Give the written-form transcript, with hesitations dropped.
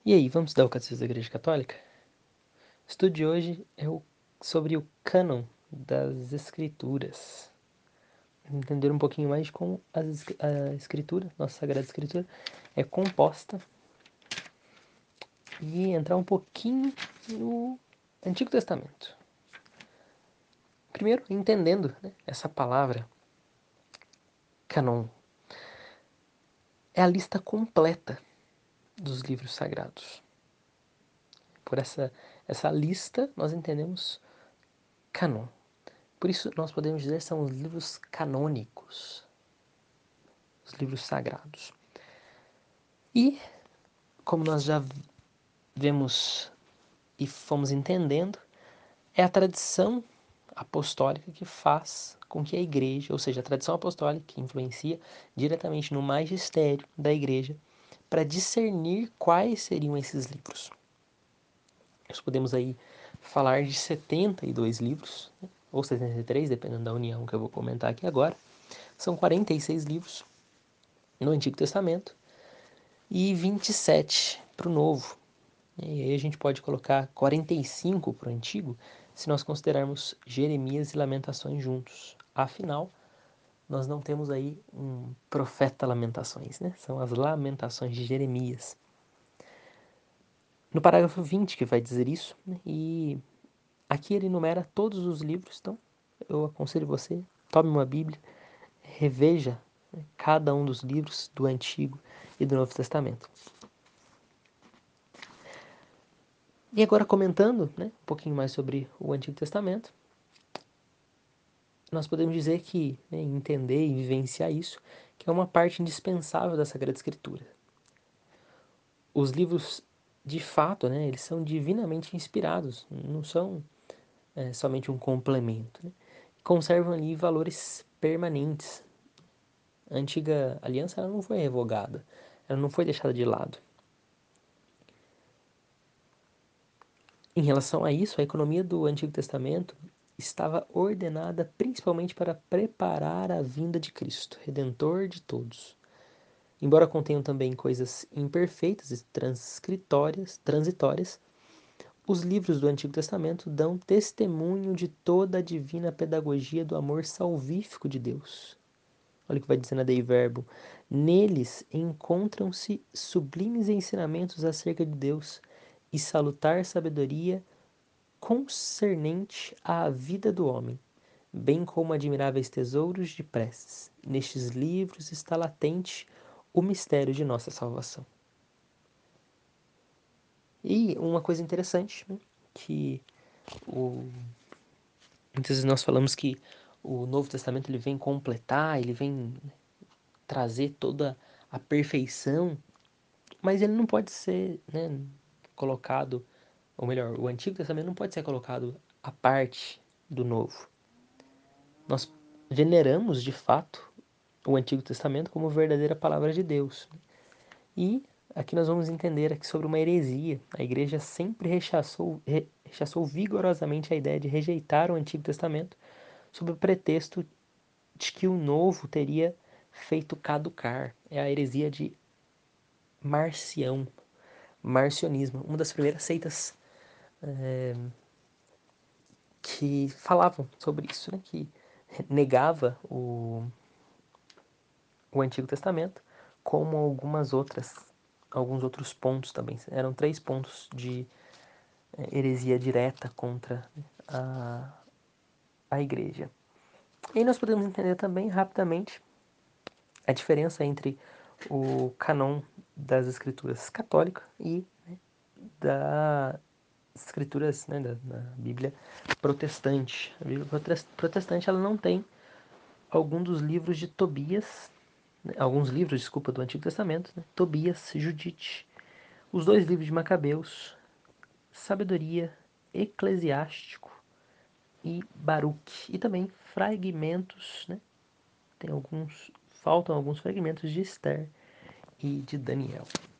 E aí, vamos estudar o Catecismo da Igreja Católica? O estudo de hoje é sobre o cânon das Escrituras. Entender um pouquinho mais de como a Escritura, nossa Sagrada Escritura, é composta e entrar um pouquinho no Antigo Testamento. Primeiro, entendendo, né, essa palavra, cânon, é a lista completa dos livros sagrados. Por essa lista, nós entendemos cânon. Por isso, nós podemos dizer que são os livros canônicos, os livros sagrados. E, como nós já vemos e fomos entendendo, é a tradição apostólica que faz com que a igreja, ou seja, a tradição apostólica que influencia diretamente no magistério da igreja, para discernir quais seriam esses livros. Nós podemos aí falar de 72 livros, né? Ou 73, dependendo da união que eu vou comentar aqui agora. São 46 livros no Antigo Testamento e 27 para o Novo. E aí a gente pode colocar 45 para o Antigo, se nós considerarmos Jeremias e Lamentações juntos. Afinal, nós não temos aí um profeta Lamentações, né? São as Lamentações de Jeremias. No parágrafo 20 que vai dizer isso, né? E aqui ele enumera todos os livros, então eu aconselho você, tome uma Bíblia, reveja, né, cada um dos livros do Antigo e do Novo Testamento. E agora comentando, né, um pouquinho mais sobre o Antigo Testamento, nós podemos dizer que, né, entender e vivenciar isso, que é uma parte indispensável da Sagrada Escritura. Os livros, de fato, né, eles são divinamente inspirados, não são somente um complemento. Né? Conservam ali valores permanentes. A antiga aliança ela não foi revogada, ela não foi deixada de lado. Em relação a isso, a economia do Antigo Testamento estava ordenada principalmente para preparar a vinda de Cristo, Redentor de todos. Embora contenham também coisas imperfeitas e transitórias, os livros do Antigo Testamento dão testemunho de toda a divina pedagogia do amor salvífico de Deus. Olha o que vai dizer na Dei Verbo. Neles encontram-se sublimes ensinamentos acerca de Deus e salutar sabedoria concernente à vida do homem, bem como admiráveis tesouros de preces. Nestes livros está latente o mistério de nossa salvação. E uma coisa interessante, né, que muitas vezes nós falamos que o Novo Testamento ele vem completar, ele vem trazer toda a perfeição, mas ele não pode ser, né, colocado, ou melhor, o Antigo Testamento não pode ser colocado à parte do Novo. Nós veneramos, de fato, o Antigo Testamento como verdadeira palavra de Deus. E aqui nós vamos entender aqui sobre uma heresia. A igreja sempre rechaçou vigorosamente a ideia de rejeitar o Antigo Testamento sob o pretexto de que o Novo teria feito caducar. É a heresia de marcionismo, uma das primeiras seitas que falavam sobre isso, né? Que negava o Antigo Testamento, como alguns outros pontos também. Eram 3 pontos de heresia direta contra a, a igreja. E nós podemos entender também rapidamente a diferença entre o canon das escrituras católicas e, né, das escrituras, né, da Bíblia protestante. A Bíblia protestante ela não tem algum dos livros de Tobias, né, alguns livros, desculpa, do Antigo Testamento, né, Tobias, Judite, os 2 livros de Macabeus, Sabedoria, Eclesiástico e Baruque, e também fragmentos, né, faltam alguns fragmentos de Esther e de Daniel.